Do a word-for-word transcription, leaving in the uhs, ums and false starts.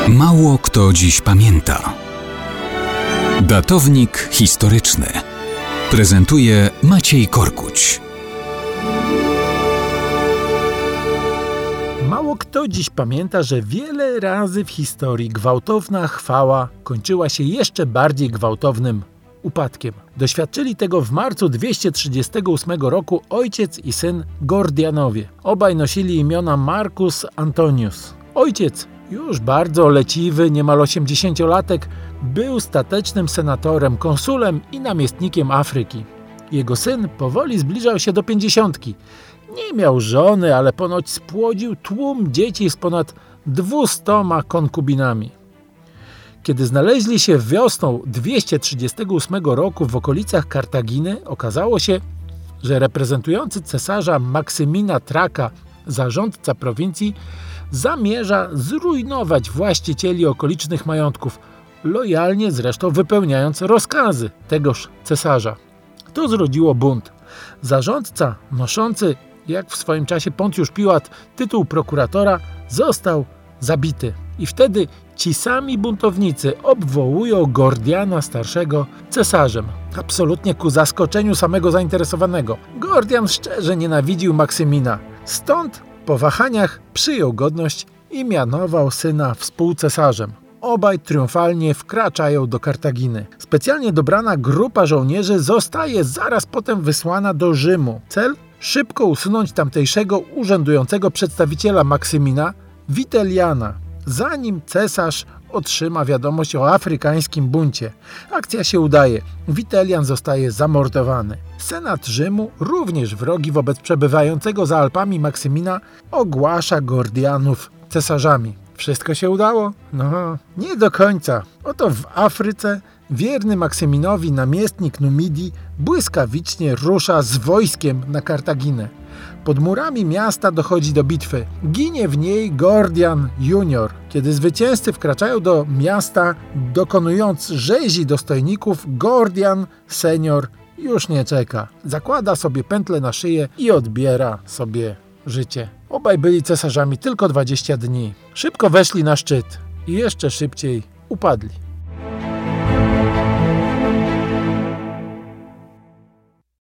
Mało kto dziś pamięta. Datownik historyczny prezentuje Maciej Korkuć. Mało kto dziś pamięta, że wiele razy w historii gwałtowna chwała kończyła się jeszcze bardziej gwałtownym upadkiem. Doświadczyli tego w marcu dwieście trzydziestego ósmego roku ojciec i syn Gordianowie. Obaj nosili imiona Marcus Antonius. Ojciec, już bardzo leciwy, niemal osiemdziesięciolatek, był statecznym senatorem, konsulem i namiestnikiem Afryki. Jego syn powoli zbliżał się do pięćdziesiątki. Nie miał żony, ale ponoć spłodził tłum dzieci z ponad dwustoma konkubinami. Kiedy znaleźli się wiosną dwieście trzydziestego ósmego roku w okolicach Kartaginy, okazało się, że reprezentujący cesarza Maksymina Traka, zarządca prowincji, zamierza zrujnować właścicieli okolicznych majątków, lojalnie zresztą wypełniając rozkazy tegoż cesarza. To zrodziło bunt. Zarządca, noszący, jak w swoim czasie Poncjusz Piłat, tytuł prokuratora, został zabity. I wtedy ci sami buntownicy obwołują Gordiana starszego cesarzem. Absolutnie ku zaskoczeniu samego zainteresowanego. Gordian szczerze nienawidził Maksymina. Stąd po wahaniach przyjął godność i mianował syna współcesarzem. Obaj triumfalnie wkraczają do Kartaginy. Specjalnie dobrana grupa żołnierzy zostaje zaraz potem wysłana do Rzymu. Cel? Szybko usunąć tamtejszego urzędującego przedstawiciela Maksymina, Witeliana, zanim cesarz otrzyma wiadomość o afrykańskim buncie. Akcja się udaje. Witelian zostaje zamordowany. Senat Rzymu, również wrogi wobec przebywającego za Alpami Maksymina, ogłasza Gordianów cesarzami. Wszystko się udało? No, nie do końca. Oto w Afryce wierny Maksyminowi namiestnik Numidii błyskawicznie rusza z wojskiem na Kartaginę. Pod murami miasta dochodzi do bitwy. Ginie w niej Gordian junior. Kiedy zwycięzcy wkraczają do miasta, dokonując rzezi dostojników, Gordian senior już nie czeka. Zakłada sobie pętlę na szyję i odbiera sobie życie. Obaj byli cesarzami tylko dwadzieścia dni. Szybko weszli na szczyt i jeszcze szybciej upadli.